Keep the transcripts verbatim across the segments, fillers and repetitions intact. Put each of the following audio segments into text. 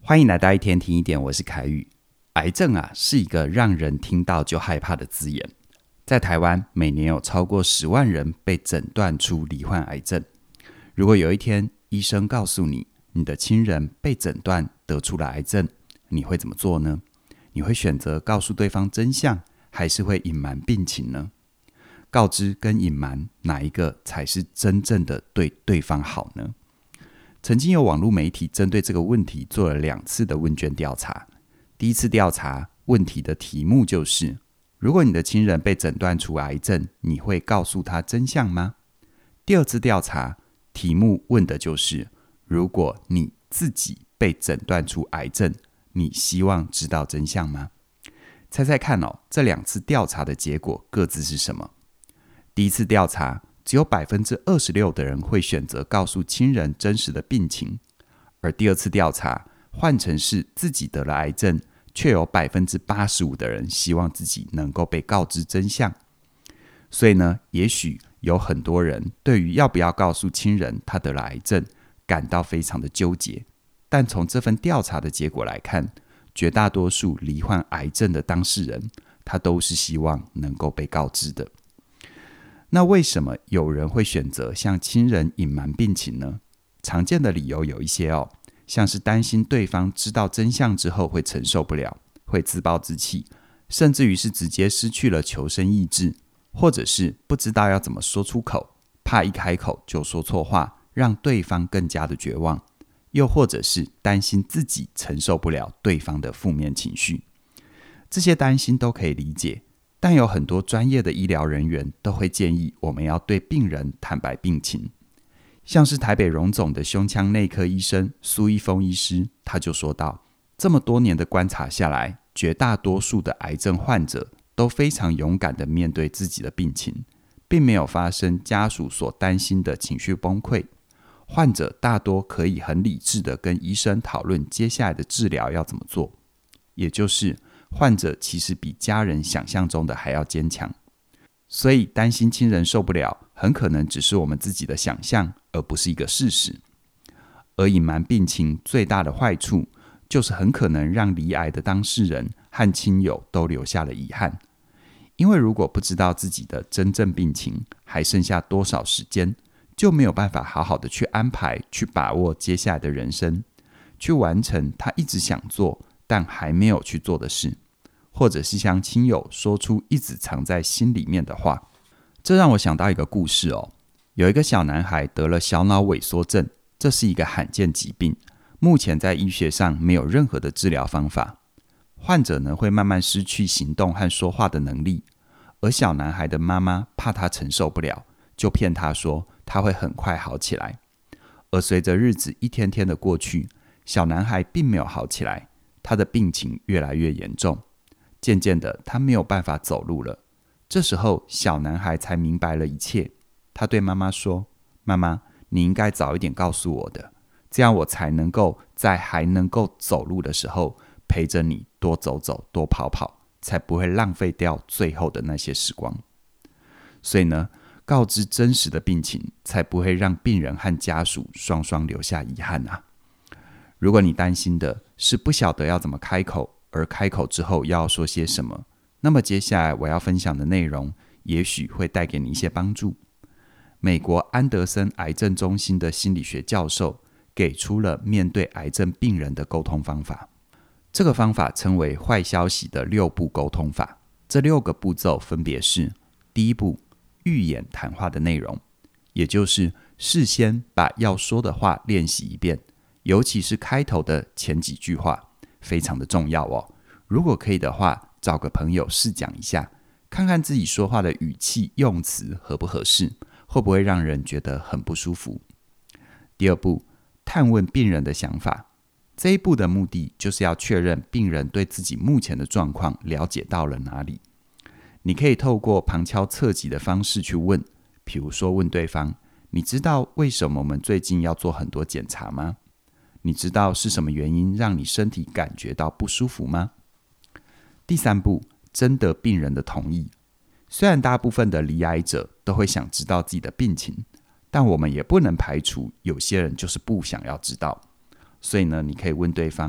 欢迎来到一天听一点，我是凯宇。癌症啊，是一个让人听到就害怕的字眼。在台湾，每年有超过十万人被诊断出罹患癌症。如果有一天医生告诉你，你的亲人被诊断得出了癌症，你会怎么做呢？你会选择告诉对方真相，还是会隐瞒病情呢？告知跟隐瞒，哪一个才是真正的对对方好呢？曾经有网络媒体针对这个问题做了两次的问卷调查。第一次调查问题的题目就是：如果你的亲人被诊断出癌症，你会告诉他真相吗？第二次调查题目问的就是：如果你自己被诊断出癌症，你希望知道真相吗？猜猜看哦，这两次调查的结果各自是什么？第一次调查只有 百分之二十六 的人会选择告诉亲人真实的病情，而第二次调查换成是自己得了癌症，却有 百分之八十五 的人希望自己能够被告知真相。所以呢，也许有很多人对于要不要告诉亲人他得了癌症感到非常的纠结，但从这份调查的结果来看，绝大多数罹患癌症的当事人，他都是希望能够被告知的。那为什么有人会选择向亲人隐瞒病情呢？常见的理由有一些哦，像是担心对方知道真相之后会承受不了，会自暴自弃，甚至于是直接失去了求生意志，或者是不知道要怎么说出口，怕一开口就说错话，让对方更加的绝望，又或者是担心自己承受不了对方的负面情绪。这些担心都可以理解，但有很多专业的医疗人员都会建议我们要对病人坦白病情。像是台北荣总的胸腔内科医生苏一峰医师，他就说到，这么多年的观察下来，绝大多数的癌症患者都非常勇敢地面对自己的病情，并没有发生家属所担心的情绪崩溃。患者大多可以很理智地跟医生讨论接下来的治疗要怎么做，也就是患者其实比家人想象中的还要坚强。所以担心亲人受不了，很可能只是我们自己的想象，而不是一个事实。而隐瞒病情最大的坏处，就是很可能让罹癌的当事人和亲友都留下了遗憾。因为如果不知道自己的真正病情还剩下多少时间，就没有办法好好的去安排、去把握接下来的人生，去完成他一直想做但还没有去做的事，或者是向亲友说出一直藏在心里面的话。这让我想到一个故事哦，有一个小男孩得了小脑萎缩症，这是一个罕见疾病，目前在医学上没有任何的治疗方法。患者呢会慢慢失去行动和说话的能力，而小男孩的妈妈怕他承受不了，就骗他说他会很快好起来。而随着日子一天天的过去，小男孩并没有好起来，他的病情越来越严重，渐渐的他没有办法走路了。这时候小男孩才明白了一切，他对妈妈说，妈妈，你应该早一点告诉我的，这样我才能够在还能够走路的时候陪着你多走走多跑跑，才不会浪费掉最后的那些时光。所以呢，告知真实的病情，才不会让病人和家属双双留下遗憾啊。如果你担心的是不晓得要怎么开口，而开口之后要说些什么，那么接下来我要分享的内容也许会带给你一些帮助。美国安德森癌症中心的心理学教授给出了面对癌症病人的沟通方法，这个方法称为坏消息的六步沟通法。这六个步骤分别是：第一步，预演谈话的内容，也就是事先把要说的话练习一遍，尤其是开头的前几句话非常的重要哦。如果可以的话，找个朋友试讲一下，看看自己说话的语气用词合不合适，会不会让人觉得很不舒服。第二步，探问病人的想法。这一步的目的就是要确认病人对自己目前的状况了解到了哪里。你可以透过旁敲侧击的方式去问，比如说问对方，你知道为什么我们最近要做很多检查吗？你知道是什么原因让你身体感觉到不舒服吗？第三步，征得病人的同意。虽然大部分的罹癌者都会想知道自己的病情，但我们也不能排除有些人就是不想要知道。所以呢，你可以问对方，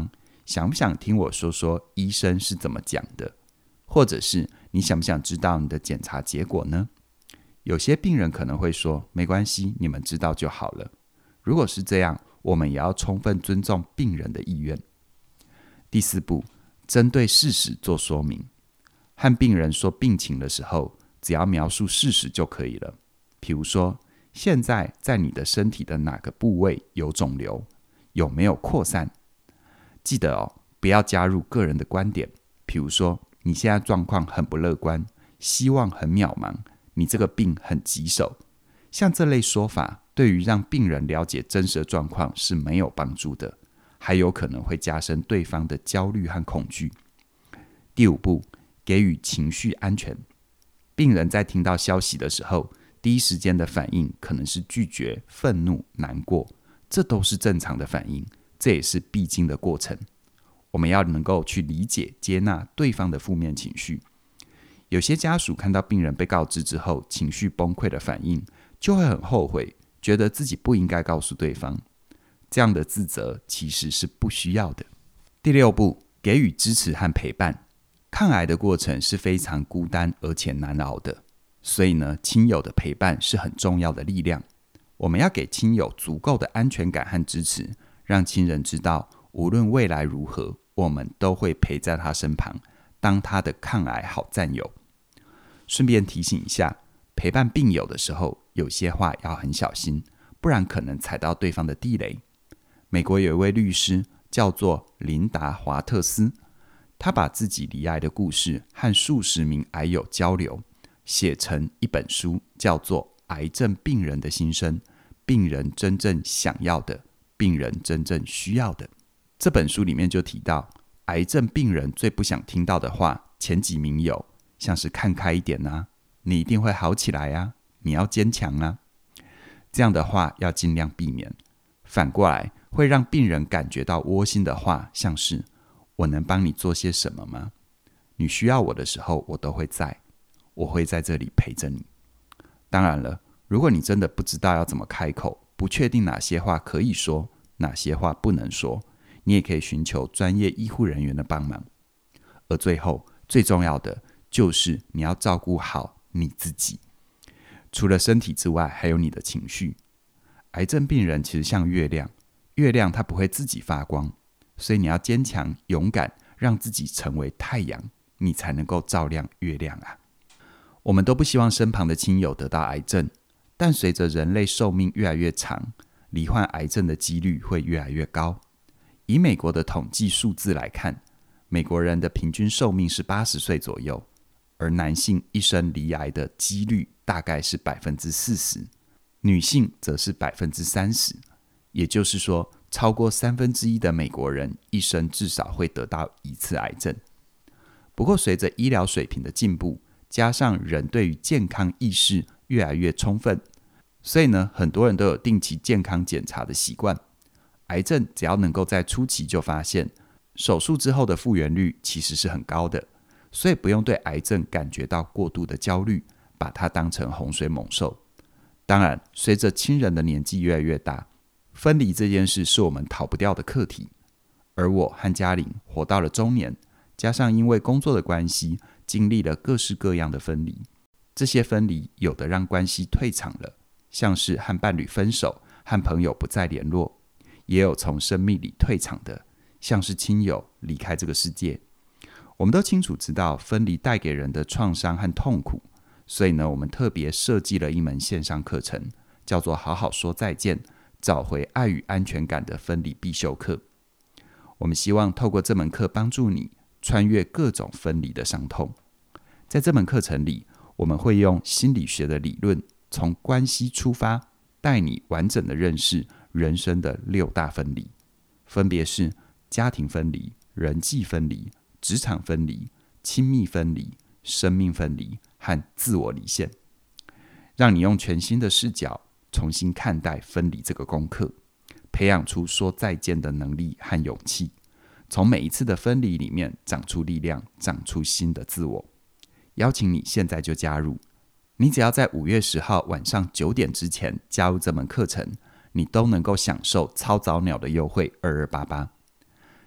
想不想听我说说医生是怎么讲的？或者是你想不想知道你的检查结果呢？有些病人可能会说，没关系，你们知道就好了。如果是这样，我们也要充分尊重病人的意愿。第四步，针对事实做说明。和病人说病情的时候，只要描述事实就可以了。比如说，现在在你的身体的哪个部位有肿瘤，有没有扩散？记得哦，不要加入个人的观点。比如说，你现在状况很不乐观，希望很渺茫，你这个病很棘手。像这类说法，对于让病人了解真实的状况是没有帮助的，还有可能会加深对方的焦虑和恐惧。第五步，给予情绪安全。病人在听到消息的时候，第一时间的反应可能是拒绝、愤怒、难过，这都是正常的反应，这也是必经的过程。我们要能够去理解、接纳对方的负面情绪。有些家属看到病人被告知之后情绪崩溃的反应，就会很后悔，觉得自己不应该告诉对方。这样的自责其实是不需要的。第六步，给予支持和陪伴。抗癌的过程是非常孤单而且难熬的，所以呢，亲友的陪伴是很重要的力量。我们要给亲友足够的安全感和支持，让亲人知道，无论未来如何，我们都会陪在他身旁，当他的抗癌好战友。顺便提醒一下，陪伴病友的时候，有些话要很小心，不然可能踩到对方的地雷。美国有一位律师叫做琳达·华特斯，他把自己罹癌的故事和数十名癌友交流，写成一本书，叫做《癌症病人的心声：病人真正想要的，病人真正需要的》。这本书里面就提到，癌症病人最不想听到的话，前几名有像是看开一点啊，你一定会好起来啊，你要坚强啊，这样的话要尽量避免。反过来，会让病人感觉到窝心的话，像是我能帮你做些什么吗？你需要我的时候，我都会在，我会在这里陪着你。当然了，如果你真的不知道要怎么开口，不确定哪些话可以说，哪些话不能说，你也可以寻求专业医护人员的帮忙。而最后，最重要的就是你要照顾好你自己。除了身体之外，还有你的情绪。癌症病人其实像月亮，月亮它不会自己发光，所以你要坚强勇敢，让自己成为太阳，你才能够照亮月亮啊。我们都不希望身旁的亲友得到癌症，但随着人类寿命越来越长，罹患癌症的几率会越来越高。以美国的统计数字来看，美国人的平均寿命是八十岁左右，而男性一生罹癌的几率大概是 百分之四十， 女性则是 百分之三十。 也就是说，超过三分之一的美国人一生至少会得到一次癌症。不过随着医疗水平的进步，加上人对于健康意识越来越充分，所以呢，很多人都有定期健康检查的习惯。癌症只要能够在初期就发现，手术之后的复原率其实是很高的，所以不用对癌症感觉到过度的焦虑，把它当成洪水猛兽。当然，随着亲人的年纪越来越大，分离这件事是我们逃不掉的课题。而我和嘉玲活到了中年，加上因为工作的关系，经历了各式各样的分离。这些分离有的让关系退场了，像是和伴侣分手，和朋友不再联络；也有从生命里退场的，像是亲友离开这个世界。我们都清楚知道分离带给人的创伤和痛苦，所以呢，我们特别设计了一门线上课程，叫做好好说再见，找回爱与安全感的分离必修课。我们希望透过这门课帮助你穿越各种分离的伤痛。在这门课程里，我们会用心理学的理论，从关系出发，带你完整的认识人生的六大分离，分别是家庭分离、人际分离、职场分离、亲密分离、生命分离和自我离线，让你用全新的视角重新看待分离这个功课，培养出说再见的能力和勇气，从每一次的分离里面长出力量，长出新的自我。邀请你现在就加入，你只要在五月十号晚上九点之前加入这门课程，你都能够享受超早鸟的优惠二二八八。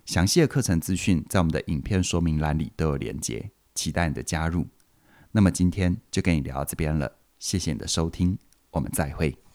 详细的课程资讯在我们的影片说明栏里都有连结，期待你的加入。那么今天就跟你聊到这边了，谢谢你的收听，我们再会。